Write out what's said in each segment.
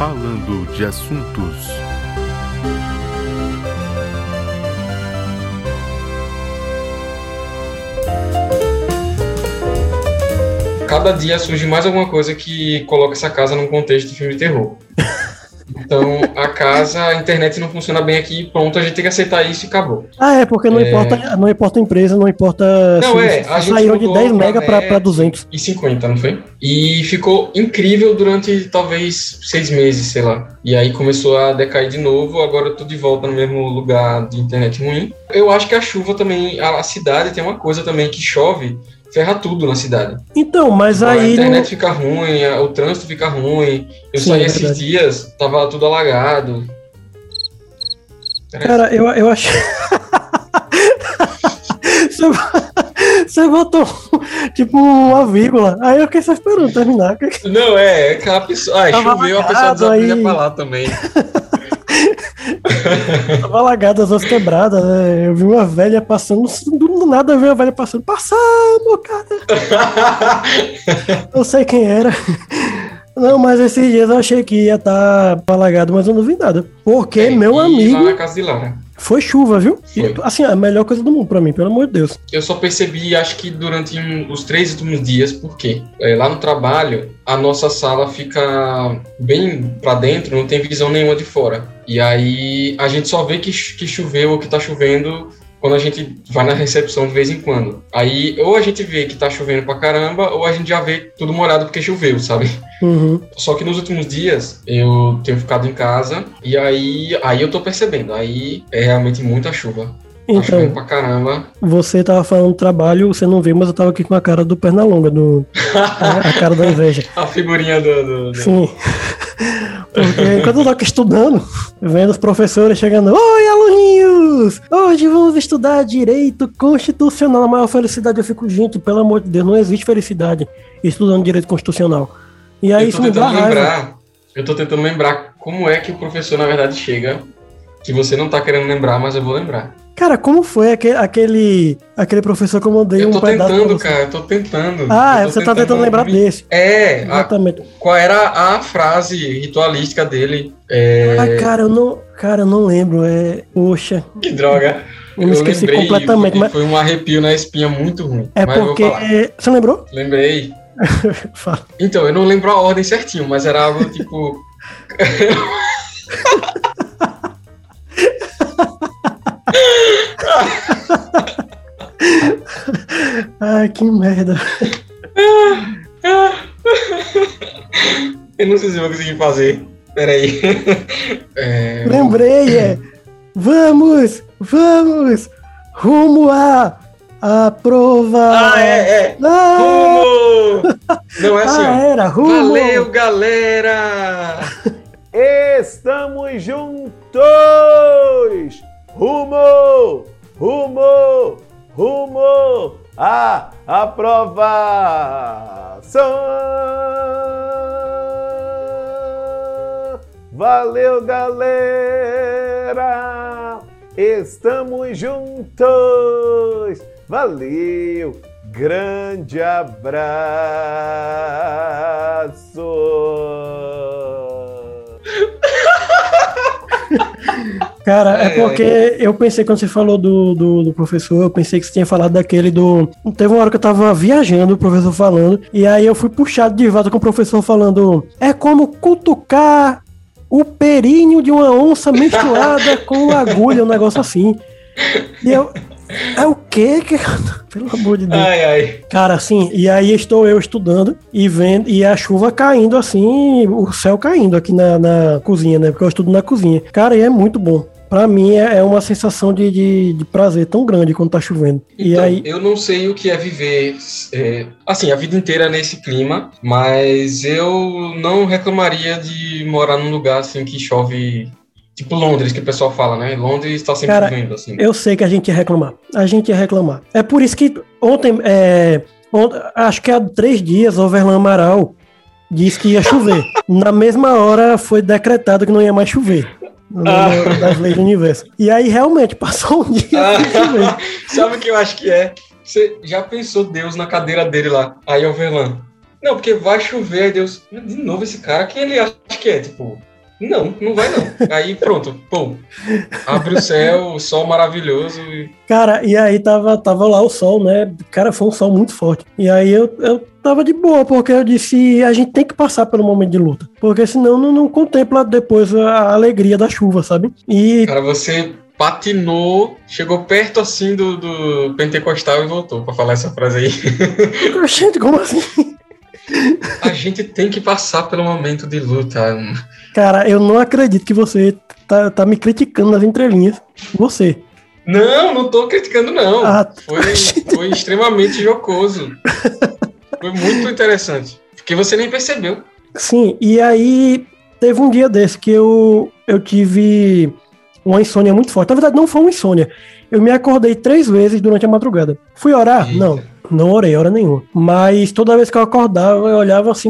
Falando de assuntos. Cada dia surge mais alguma coisa que coloca essa casa num contexto de filme de terror. Então, a internet não funciona bem aqui, pronto, a gente tem que aceitar isso e acabou. Porque não importa a empresa, não importa a gente saíram de 10 mega para 200. E 50, não foi? E ficou incrível durante talvez 6 meses, sei lá. E aí começou a decair de novo, agora eu tô de volta no mesmo lugar de internet ruim. Eu acho que a chuva também, a cidade tem uma coisa também que chove, ferra tudo na cidade. Então, mas aí... A internet fica ruim, o trânsito fica ruim. Eu saí esses dias, tava tudo alagado. Cara, eu acho... Você botou, tipo, uma vírgula. Aí eu fiquei só esperando terminar. Não, aquela pessoa... choveu, a pessoa desaprende a falar também. Tava alagado, as ruas quebradas, né? Eu vi uma velha passando, do nada eu vi uma velha passando, cara. Eu sei quem era. Não, mas esses dias eu achei que ia estar alagado, mas eu não vi nada. Porque, meu amigo... Lá na casa de Lara. Foi chuva, viu? Foi. E, assim, a melhor coisa do mundo pra mim, pelo amor de Deus. Eu só percebi, acho que durante os 3 últimos dias, porque lá no trabalho, a nossa sala fica bem pra dentro, não tem visão nenhuma de fora. E aí, a gente só vê que choveu ou que tá chovendo quando a gente vai na recepção de vez em quando. Aí, ou a gente vê que tá chovendo pra caramba, ou a gente já vê tudo molhado porque choveu, sabe? Uhum. Só que nos últimos dias, eu tenho ficado em casa, e aí eu tô percebendo, aí é realmente muita chuva. Então, tá chovendo pra caramba. Você tava falando do trabalho, você não viu, mas eu tava aqui com a cara do Pernalonga, a cara da inveja. A figurinha do... Sim. Porque enquanto eu tô aqui estudando, vendo os professores chegando, oi, aluninhos! Hoje vamos estudar direito constitucional. A maior felicidade, eu fico, gente, pelo amor de Deus, não existe felicidade estudando direito constitucional. E aí isso me dá raiva. Eu tô tentando lembrar como é que o professor, na verdade, chega, que você não tá querendo lembrar, mas eu vou lembrar. Cara, como foi aquele professor que eu mandei um pedaço? Eu tô tentando. Você tá tentando lembrar desse. Exatamente. Qual era a frase ritualística dele? Cara, eu não lembro. Poxa. Que droga. Eu me esqueci completamente. Mas... Foi um arrepio na espinha muito ruim. Mas porque... Você lembrou? Lembrei. Então, eu não lembro a ordem certinho, mas era algo tipo... Ai, que merda. Eu não sei se vou conseguir fazer. Peraí. Lembrei, Vamos rumo a prova. Rumo! Não é assim, era rumo. Valeu, galera! Estamos juntos! Rumo à aprovação! Valeu, galera! Estamos juntos! Valeu! Grande abraço! Cara, é porque eu pensei, quando você falou do professor, eu pensei que você tinha falado daquele do... Teve uma hora que eu tava viajando, o professor falando, e aí eu fui puxado de volta com o professor falando: é como cutucar o períneo de uma onça menstruada com agulha, um negócio assim. E eu... É o quê? Pelo amor de Deus. Cara, assim, e aí estou eu estudando e vendo, e a chuva caindo assim, o céu caindo aqui na cozinha, né? Porque eu estudo na cozinha. Cara, e é muito bom. Pra mim é uma sensação de prazer tão grande quando tá chovendo. Então, e aí... eu não sei o que é viver assim, a vida inteira nesse clima, mas eu não reclamaria de morar num lugar assim que chove. Tipo Londres, que o pessoal fala, né? Londres tá sempre chovendo, assim. Eu sei que a gente ia reclamar. É por isso que ontem, acho que há 3 dias, Overlan Amaral disse que ia chover. Na mesma hora foi decretado que não ia mais chover. Das leis do universo. E aí, realmente, passou um dia sem chover. Sabe o que eu acho que é? Você já pensou Deus na cadeira dele lá? Aí, Overlan. Não, porque vai chover, aí Deus... De novo esse cara, quem ele acha que é? Tipo... Não vai não. Aí pronto, pô, abre o céu, o sol maravilhoso. Cara, e aí tava lá o sol, né? Cara, foi um sol muito forte. E aí eu tava de boa, porque eu disse, a gente tem que passar pelo momento de luta. Porque senão não contempla depois a alegria da chuva, sabe? E... Cara, você patinou, chegou perto assim do pentecostal e voltou pra falar essa frase aí. Gente, como assim? A gente tem que passar pelo momento de luta. Cara, eu não acredito que você tá me criticando nas entrelinhas. Você. Não tô criticando, não. Foi gente... extremamente jocoso. Foi muito interessante. Porque você nem percebeu. Sim, e aí teve um dia desse que eu tive uma insônia muito forte. Na verdade, não foi uma insônia. Eu me acordei 3 vezes durante a madrugada. Fui orar? Eita. Não orei, hora nenhuma. Mas toda vez que eu acordava, eu olhava assim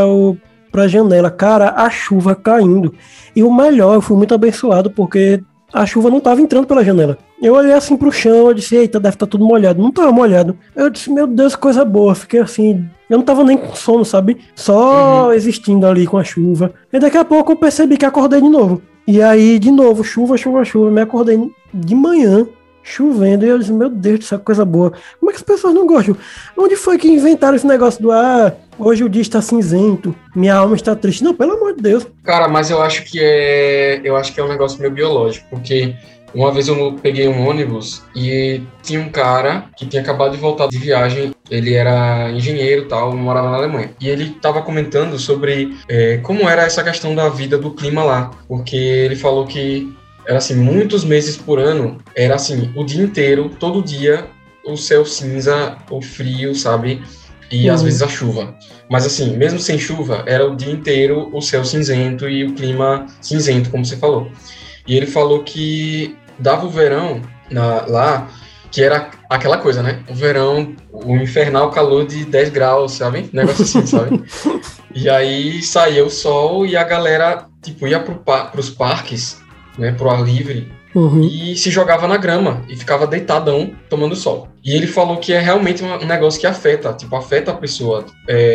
pra janela. Cara, a chuva caindo. E o melhor, eu fui muito abençoado, porque a chuva não tava entrando pela janela. Eu olhei assim pro chão, eu disse, eita, deve estar tudo molhado. Não tava molhado. Eu disse, meu Deus, coisa boa. Fiquei assim, eu não tava nem com sono, sabe? Só existindo ali com a chuva. E daqui a pouco eu percebi que acordei de novo. E aí, de novo, chuva. Me acordei de manhã, chovendo, e eu disse, meu Deus do céu, que coisa boa. Como é que as pessoas não gostam? Onde foi que inventaram esse negócio do, hoje o dia está cinzento, minha alma está triste? Não, pelo amor de Deus. Cara, mas eu acho que é um negócio meio biológico, porque uma vez eu peguei um ônibus e tinha um cara que tinha acabado de voltar de viagem, ele era engenheiro e tal, morava na Alemanha. E ele estava comentando sobre como era essa questão da vida do clima lá, porque ele falou que era assim, muitos meses por ano, era assim, o dia inteiro, todo dia, o céu cinza, o frio, sabe? E às vezes a chuva. Mas assim, mesmo sem chuva, era o dia inteiro o céu cinzento e o clima cinzento, como você falou. E ele falou que dava o verão lá, que era aquela coisa, né? O verão, o infernal calor de 10 graus, sabe? Negócio assim, sabe? E aí saía o sol e a galera, tipo, ia pros parques, né, pro ar livre, e se jogava na grama e ficava deitadão tomando sol. E ele falou que é realmente um negócio que afeta a pessoa.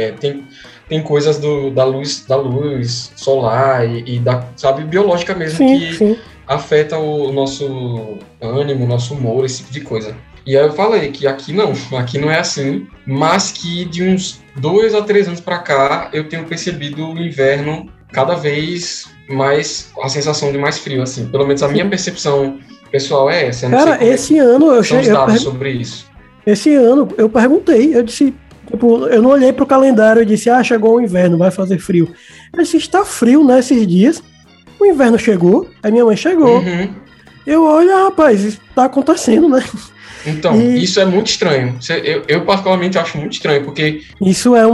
Tem coisas da luz solar e da, sabe, biológica mesmo, sim. Afeta o nosso ânimo, o nosso humor, esse tipo de coisa. E aí eu falei que aqui não é assim, mas que de uns 2 a 3 anos pra cá eu tenho percebido o inverno cada vez mais, a sensação de mais frio, assim. Pelo menos a minha percepção pessoal é essa. Cara, esse ano eu cheguei sobre isso. Esse ano eu perguntei, eu disse, tipo, eu não olhei pro calendário e disse, chegou o inverno, vai fazer frio. Eu disse, está frio nesses dias, o inverno chegou, aí minha mãe chegou. Eu olho, rapaz, isso tá acontecendo, né? Então, isso é muito estranho. Eu particularmente acho muito estranho, porque... Isso é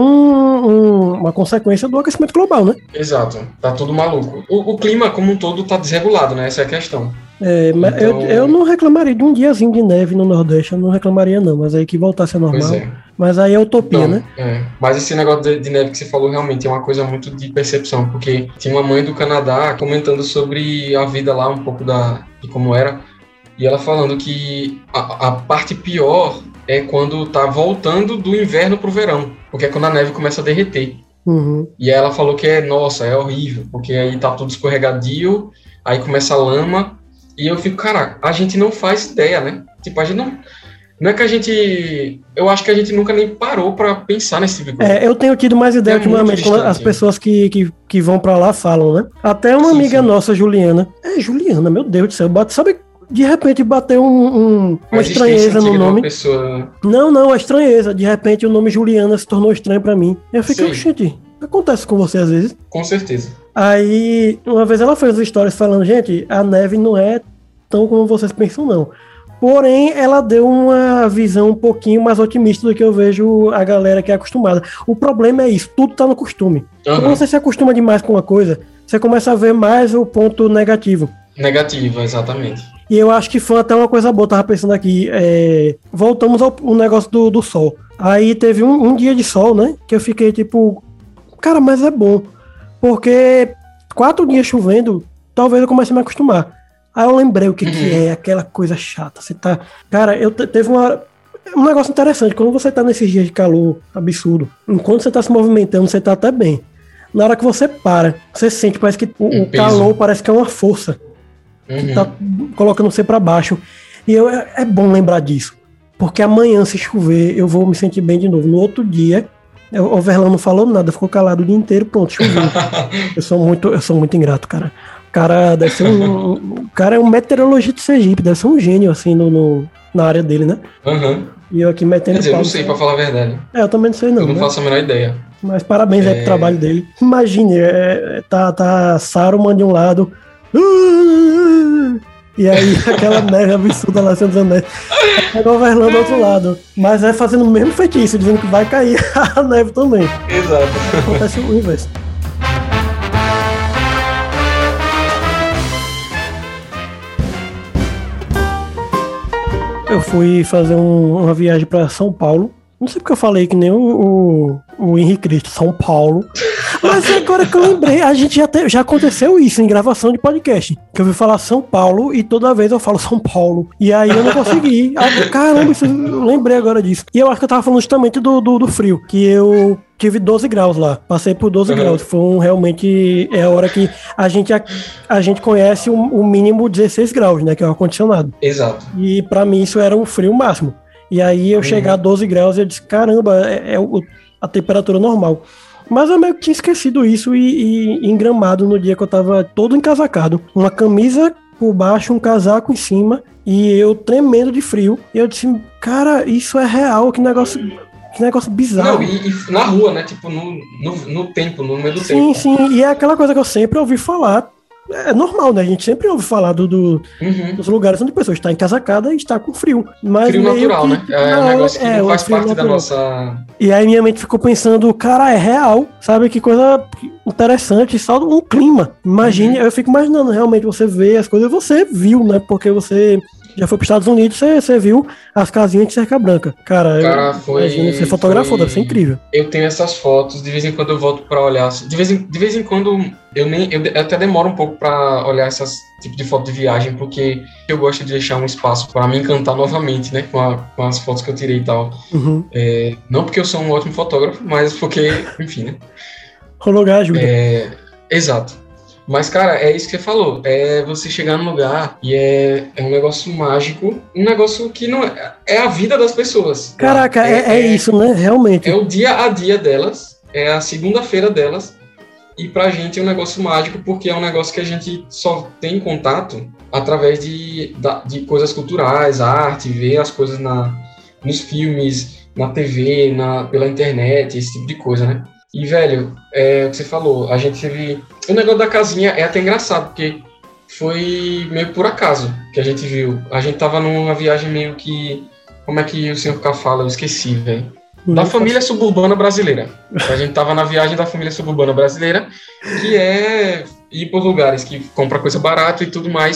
uma consequência do aquecimento global, né? Exato. Tá tudo maluco. O clima como um todo tá desregulado, né? Essa é a questão. Mas então... eu não reclamaria de um diazinho de neve no Nordeste, eu não reclamaria não, mas aí que voltasse a normal. Pois é. Mas aí é utopia, né? Mas esse negócio de neve que você falou realmente é uma coisa muito de percepção, porque tinha uma mãe do Canadá comentando sobre a vida lá, um pouco de como era, e ela falando que a parte pior é quando tá voltando do inverno pro verão, porque é quando a neve começa a derreter. E aí ela falou que é horrível, porque aí tá tudo escorregadio, aí começa a lama, e eu fico, cara, a gente não faz ideia, né? Tipo, a gente não é que a gente... Eu acho que a gente nunca nem parou pra pensar nesse tipo de coisa. Eu tenho tido mais ideia ultimamente quando as pessoas que vão pra lá falam, né? Até uma amiga nossa, Juliana. Juliana, meu Deus do céu, sabe... De repente bateu uma estranheza no nome. Não, a estranheza. De repente o nome Juliana se tornou estranho pra mim. Eu fiquei, gente, acontece com você às vezes. Com certeza. Aí, uma vez ela fez stories falando, gente, a neve não é tão como vocês pensam, não. Porém, ela deu uma visão um pouquinho mais otimista do que eu vejo a galera que é acostumada. O problema é isso, tudo tá no costume. Quando você se acostuma demais com uma coisa, você começa a ver mais o ponto negativo. Negativo, exatamente. E eu acho que foi até uma coisa boa, tava pensando aqui, voltamos ao negócio do sol. Aí teve um dia de sol, né, que eu fiquei tipo, cara, mas é bom, porque 4 dias chovendo, talvez eu comece a me acostumar. Aí eu lembrei o que é aquela coisa chata, você tá... Cara, teve um negócio interessante, quando você tá nesses dias de calor absurdo, enquanto você tá se movimentando, você tá até bem. Na hora que você para, você sente, parece que o peso. calor parece que é uma força que tá colocando você pra baixo. E é bom lembrar disso, porque amanhã, se chover, eu vou me sentir bem de novo. No outro dia, o Verlão não falou nada, ficou calado o dia inteiro, pronto, choveu. eu sou muito ingrato, cara. O cara deve ser o cara é um meteorologista de Sergipe, deve ser um gênio, assim, na área dele, né? E eu aqui metendo Quer dizer, eu pau, não sei, pra falar a verdade. eu também não sei não, Eu não né? faço a menor ideia. Mas parabéns aí pro trabalho dele. Imagine, tá Saruman de um lado, e aí aquela neve absurda lá, Senhor dos Anéis, o Verlão do outro lado. Mas é fazendo o mesmo feitiço, dizendo que vai cair a neve também. Exato. Acontece o inverso. Eu fui fazer uma viagem pra São Paulo. Não sei porque eu falei que nem o Henrique Cristo, São Paulo. Mas agora que eu lembrei, a gente já aconteceu isso em gravação de podcast. Que eu vi falar São Paulo e toda vez eu falo São Paulo. E aí eu não consegui. Caramba, eu lembrei agora disso. E eu acho que eu tava falando justamente do frio. Que eu tive 12 graus lá. Passei por 12 graus. Foi realmente a hora que a gente conhece o mínimo 16 graus, né? Que é o ar-condicionado. Exato. E pra mim isso era o frio máximo. E aí eu chegar a 12 graus e eu disse, caramba, a temperatura normal. Mas eu meio que tinha esquecido isso e em Gramado, no dia que eu tava todo encasacado, uma camisa por baixo, um casaco em cima e eu tremendo de frio. E eu disse, cara, isso é real, que negócio bizarro. Não, e na rua, né? Tipo, no tempo, no meio do tempo. Sim, e é aquela coisa que eu sempre ouvi falar. É normal, né? A gente sempre ouve falar dos lugares onde a pessoa está encasacada e está com frio. Mas frio natural, né? É um negócio que não faz parte da nossa... E aí minha mente ficou pensando, cara, é real, sabe? Que coisa interessante, só um clima. Imagine, eu fico imaginando, realmente, você vê as coisas, você viu, né? Porque você já foi para os Estados Unidos, você viu as casinhas de cerca branca. Cara, imagina, você fotografou, deve ser incrível. Eu tenho essas fotos, de vez em quando eu volto para olhar. De vez em quando eu até demoro um pouco para olhar essas tipo de foto de viagem, porque eu gosto de deixar um espaço para me encantar novamente, né? Com as fotos que eu tirei e tal. Não porque eu sou um ótimo fotógrafo, mas porque, enfim, né? O lugar ajuda. Exato. Mas, cara, é isso que você falou. É você chegar num lugar e é um negócio mágico, um negócio que não é a vida das pessoas. Caraca, é isso, né? Realmente. É o dia a dia delas, é a segunda-feira delas, e pra gente é um negócio mágico, porque é um negócio que a gente só tem contato através de coisas culturais, arte, ver as coisas nos filmes, na TV, pela internet, esse tipo de coisa, né? E, velho, o que você falou, a gente teve... O negócio da casinha é até engraçado, porque foi meio por acaso que a gente viu. A gente tava numa viagem meio que... Como é que o senhor K fala? Eu esqueci, velho. Da família suburbana brasileira. A gente tava na viagem da família suburbana brasileira, que é ir por lugares que compra coisa barata e tudo mais.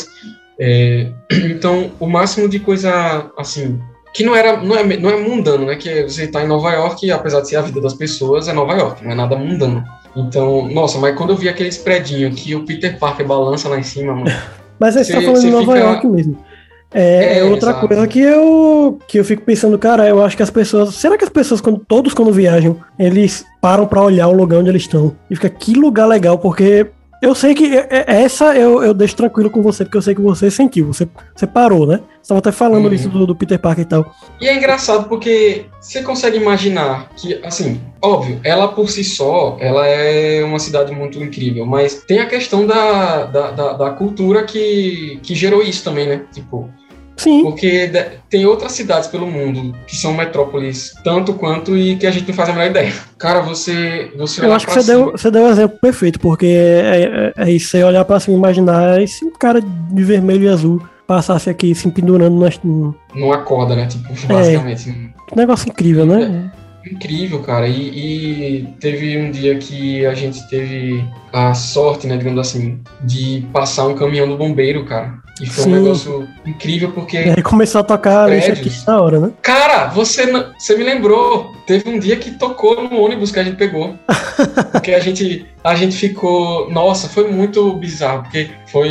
Então, o máximo de coisa, assim... Que não é mundano, né? Que você tá em Nova York, apesar de ser a vida das pessoas, é Nova York, não é nada mundano. Então, nossa, mas quando eu vi aqueles predinhos que o Peter Parker balança lá em cima, mano... Mas aí você tá falando de Nova York mesmo. É outra exato. Coisa que eu fico pensando, cara, eu acho que as pessoas... Será que as pessoas, quando viajam, eles param pra olhar o lugar onde eles estão? E fica, que lugar legal, porque... Eu sei que essa eu deixo tranquilo com você, porque eu sei que você sentiu, você parou, né? Você estava até falando isso do Peter Parker e tal. E é engraçado porque você consegue imaginar que, assim, óbvio, ela por si só, ela é uma cidade muito incrível, mas tem a questão da cultura que gerou isso também, né? Tipo... Sim. Porque tem outras cidades pelo mundo que são metrópoles tanto quanto e que a gente não faz a menor ideia. Cara, você eu acho que você deu o exemplo perfeito, porque é isso, você olhar pra cima e imaginar esse cara de vermelho e azul passasse aqui se pendurando numa corda, né? Tipo, basicamente. Que negócio incrível, né? Incrível, cara. E teve um dia que a gente teve a sorte, né, digamos assim, de passar um caminhão do bombeiro, cara. E foi um negócio incrível, porque... E aí começou a tocar isso aqui na hora, né? Cara, você me lembrou. Teve um dia que tocou no ônibus que a gente pegou. Porque a gente ficou... Nossa, foi muito bizarro, porque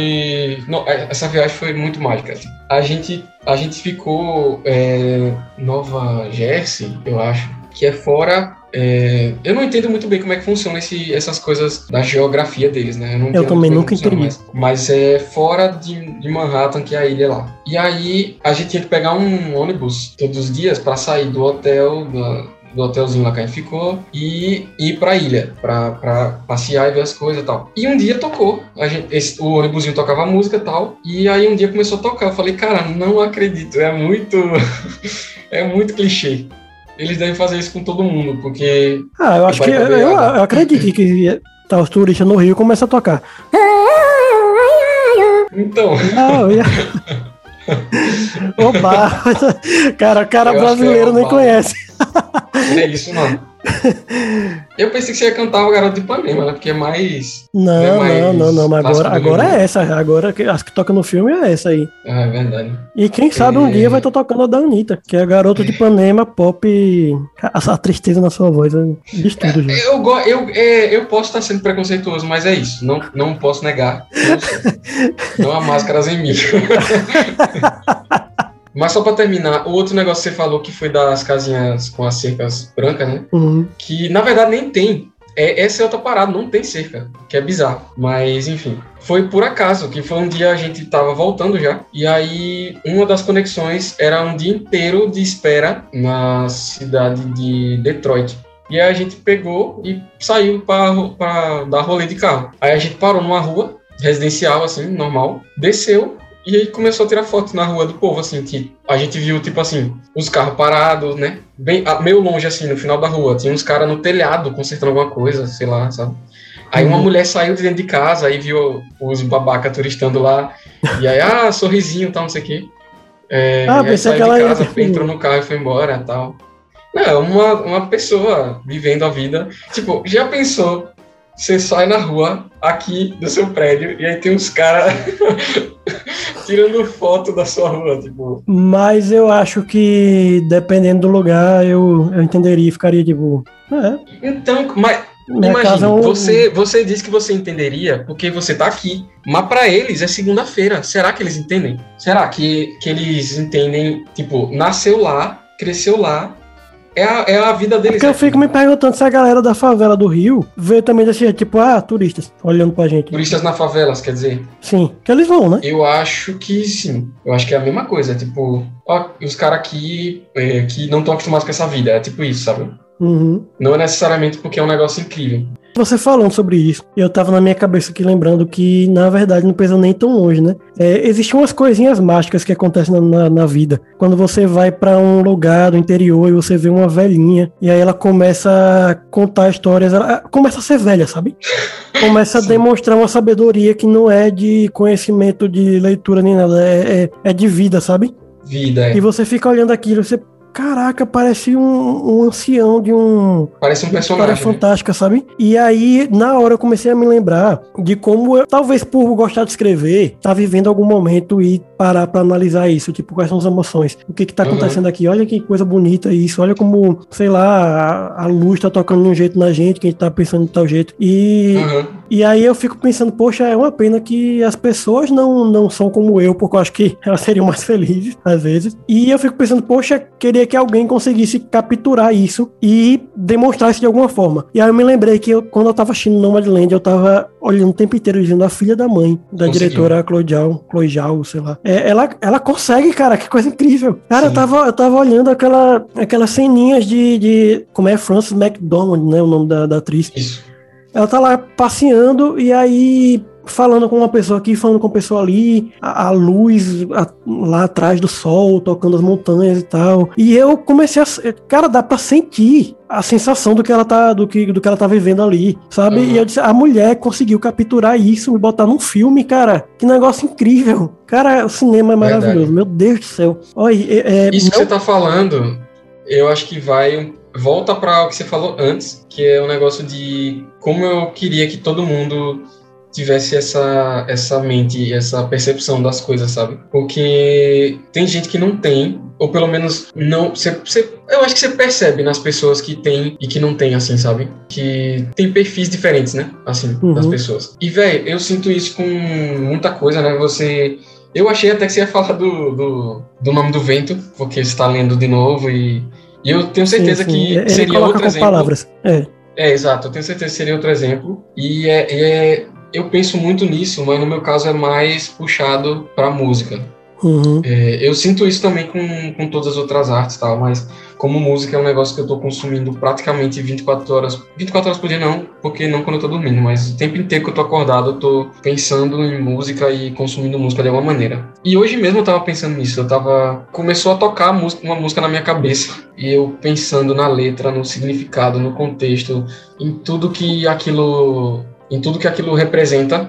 essa viagem foi muito mágica. Assim. A gente ficou Nova Jersey, eu acho. que é fora... eu não entendo muito bem como é que funciona essas coisas da geografia deles, né? Eu também nunca funciona, entendi. mas é fora de Manhattan, que é a ilha lá. E aí, a gente tinha que pegar um ônibus todos os dias para sair do hotel, do hotelzinho lá que a gente ficou, e ir pra ilha, pra passear e ver as coisas e tal. E um dia tocou, o ônibusinho tocava música e tal, e aí um dia começou a tocar. Eu falei, cara, não acredito, é muito clichê. Eles devem fazer isso com todo mundo, porque... eu acho que... Eu acredito que tá os turistas no Rio e começam a tocar. Então... Oba! Cara brasileiro nem conhece. É isso, mano. Eu pensei que você ia cantar o Garoto de Ipanema, né? Porque é mais... Não. Mas agora é essa. Agora as que toca no filme é essa aí. É verdade. E quem sabe um dia vai estar tocando a da Anitta, que é Garoto de Ipanema, pop... A tristeza na sua voz, diz tudo, gente. Eu posso estar sendo preconceituoso, mas é isso. Não posso negar. Não há máscaras em mim. Mas só pra terminar, o outro negócio que você falou que foi das casinhas com as cercas brancas, né? Uhum. Que na verdade nem tem. Essa é outra parada, não tem cerca, que é bizarro. Mas enfim, foi por acaso, que foi um dia a gente tava voltando já, e aí uma das conexões era um dia inteiro de espera na cidade de Detroit. E aí a gente pegou e saiu pra dar rolê de carro. Aí a gente parou numa rua residencial, assim, normal, desceu, e aí começou a tirar foto na rua do povo, assim, que a gente viu, tipo assim, os carros parados, né? Meio longe, assim, no final da rua. Tinha uns caras no telhado consertando alguma coisa, sei lá, sabe? Aí uma mulher saiu de dentro de casa, aí viu os babaca turistando lá. E aí, sorrisinho e tal, não sei o quê. E aí pensei saiu que ela de casa, entrou no carro e foi embora e tal. Não, uma pessoa vivendo a vida. Tipo, já pensou... Você sai na rua, aqui do seu prédio, e aí tem uns caras tirando foto da sua rua, tipo... Mas eu acho que, dependendo do lugar, eu entenderia e ficaria, tipo... Então, mas... Imagina, você disse que você entenderia porque você tá aqui. Mas pra eles é segunda-feira. Será que eles entendem? Será que eles entendem, tipo, nasceu lá, cresceu lá, é a vida deles. Porque eu fico me perguntando se a galera da favela do Rio vê também desse jeito, tipo, turistas, olhando pra gente. Turistas na favelas, quer dizer? Sim, que eles vão, né? Eu acho que sim. Eu acho que é a mesma coisa. Tipo, os caras aqui que não estão acostumados com essa vida. É tipo isso, sabe? Uhum. Não é necessariamente porque é um negócio incrível. Você falando sobre isso, eu tava na minha cabeça aqui lembrando que, na verdade, não precisa nem tão longe, né? Existem umas coisinhas mágicas que acontecem na vida. Quando você vai pra um lugar do interior e você vê uma velhinha, e aí ela começa a contar histórias, ela começa a ser velha, sabe? Começa a demonstrar uma sabedoria que não é de conhecimento de leitura nem nada, é de vida, sabe? Vida, E você fica olhando aquilo, você... Caraca, parece um ancião de um... Parece um personagem. História fantástica, sabe? E aí, na hora, eu comecei a me lembrar de como eu, talvez por gostar de escrever, tá vivendo algum momento e parar pra analisar isso. Tipo, quais são as emoções? O que tá acontecendo aqui? Olha que coisa bonita isso. Olha como, sei lá, a luz tá tocando de um jeito na gente, que a gente tá pensando de tal jeito. E aí eu fico pensando, poxa, é uma pena que as pessoas não são como eu, porque eu acho que elas seriam mais felizes, às vezes. E eu fico pensando, poxa, queria que alguém conseguisse capturar isso e demonstrar isso de alguma forma. E aí eu me lembrei que quando eu tava assistindo Nomadland, eu tava olhando o tempo inteiro dizendo a filha da mãe, da diretora Chloe Zhao, sei lá. Ela consegue, cara, que coisa incrível. Cara, eu tava olhando aquelas ceninhas de como é Frances McDormand, né, o nome da atriz. Isso. Ela tá lá passeando e aí falando com uma pessoa aqui, falando com uma pessoa ali, a luz lá atrás do sol, tocando as montanhas e tal. E eu comecei cara, dá pra sentir a sensação do que ela tá vivendo ali, sabe? E eu disse, a mulher conseguiu capturar isso e botar num filme, cara. Que negócio incrível. Cara, o cinema é maravilhoso. Verdade. Meu Deus do céu. Olha, isso que você tá falando, eu acho que volta para o que você falou antes, que é o negócio de como eu queria que todo mundo tivesse essa mente, essa percepção das coisas, sabe? Porque tem gente que não tem, ou pelo menos não... eu acho que você percebe nas pessoas que tem e que não tem, assim, sabe? Que tem perfis diferentes, né? Assim, das pessoas. E, velho, eu sinto isso com muita coisa, né? Eu achei até que você ia falar do Nome do Vento, porque você tá lendo de novo e E eu tenho certeza que Ele seria coloca outro com exemplo. palavras. Exato, eu tenho certeza que seria outro exemplo. Eu penso muito nisso, mas no meu caso é mais puxado pra música. Uhum. Eu sinto isso também com todas as outras artes e tal, mas como música é um negócio que eu tô consumindo praticamente 24 horas. 24 horas por dia não, porque não quando eu tô dormindo, mas o tempo inteiro que eu tô acordado, eu tô pensando em música e consumindo música de alguma maneira. E hoje mesmo eu tava pensando nisso, começou a tocar uma música na minha cabeça, e eu pensando na letra, no significado, no contexto, em tudo que aquilo representa,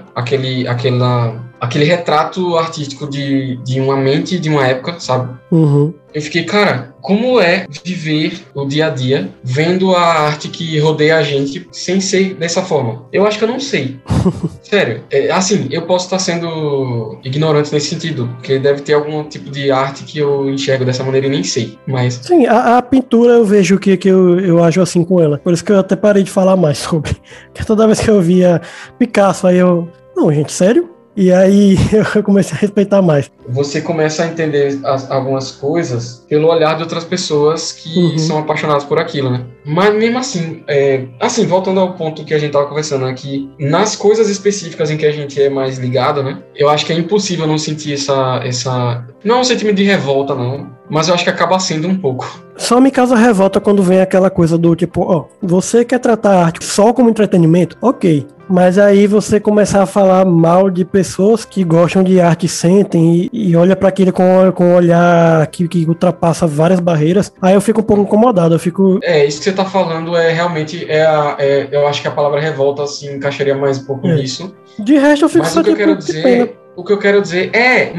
aquele retrato artístico de uma mente de uma época, sabe? Uhum. Eu fiquei, cara, como é viver o dia a dia vendo a arte que rodeia a gente sem ser dessa forma? Eu acho que eu não sei. Sério. Assim, eu posso estar sendo ignorante nesse sentido, porque deve ter algum tipo de arte que eu enxergo dessa maneira e nem sei, mas... Sim, a pintura eu vejo que eu ajo assim com ela. Por isso que eu até parei de falar mais sobre. Porque toda vez que eu via Picasso, aí eu... Não, gente, sério? E aí eu comecei a respeitar mais. Você começa a entender algumas coisas pelo olhar de outras pessoas que são apaixonadas por aquilo, né? Mas mesmo assim, voltando ao ponto que a gente tava conversando aqui, nas coisas específicas em que a gente é mais ligado, né? Eu acho que é impossível não sentir essa... Não é um sentimento de revolta, não, mas eu acho que acaba sendo um pouco. Só me causa revolta quando vem aquela coisa do tipo, você quer tratar a arte só como entretenimento? Ok. Mas aí você começar a falar mal de pessoas que gostam de arte e sentem e olha para aquilo com um olhar que ultrapassa várias barreiras, aí eu fico um pouco incomodado, Isso que você tá falando realmente eu acho que a palavra revolta assim encaixaria mais um pouco nisso. De resto eu fico mas só o que eu quero de pena. O que eu quero dizer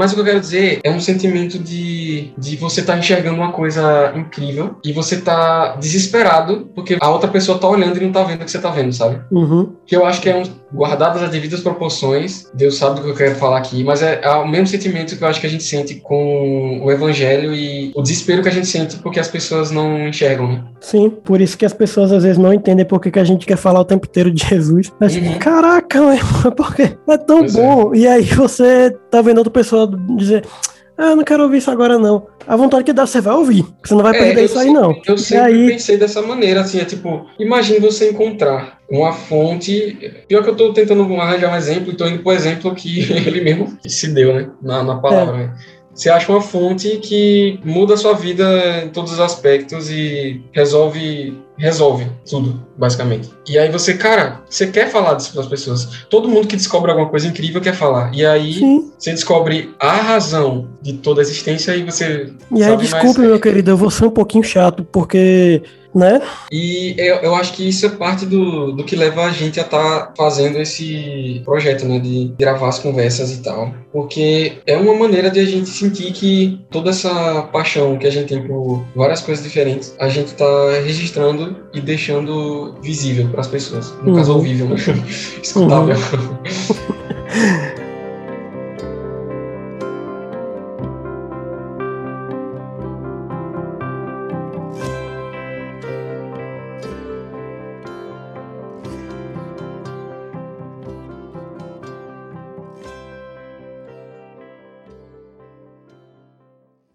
é um sentimento de você estar enxergando uma coisa incrível e você tá desesperado porque a outra pessoa tá olhando e não tá vendo o que você tá vendo, sabe? Uhum. Que eu acho que guardadas as devidas proporções, Deus sabe do que eu quero falar aqui, mas é o mesmo sentimento que eu acho que a gente sente com o evangelho e o desespero que a gente sente porque as pessoas não enxergam, né? Sim, por isso que as pessoas às vezes não entendem porque que a gente quer falar o tempo inteiro de Jesus. Mas, caraca, porque é tão bom. E aí você tá vendo outra pessoa dizer, eu não quero ouvir isso agora não. A vontade que dá, você vai ouvir. Você não vai perder isso aí não. Eu sempre pensei dessa maneira, assim, imagine você encontrar uma fonte, pior que eu tô tentando arranjar um exemplo, e tô indo pro exemplo que ele mesmo se deu, né, na palavra, né? Você acha uma fonte que muda a sua vida em todos os aspectos e resolve tudo, basicamente. E aí você quer falar disso para as pessoas. Todo mundo que descobre alguma coisa incrível quer falar. E aí você descobre a razão de toda a existência e você... E aí, desculpe, meu querido, eu vou ser um pouquinho chato, porque... né? E eu acho que isso é parte do que leva a gente a estar fazendo esse projeto, né? De gravar as conversas e tal. Porque é uma maneira de a gente sentir que toda essa paixão que a gente tem por várias coisas diferentes, a gente tá registrando e deixando visível para as pessoas. No caso, ouvível, né? Escutável.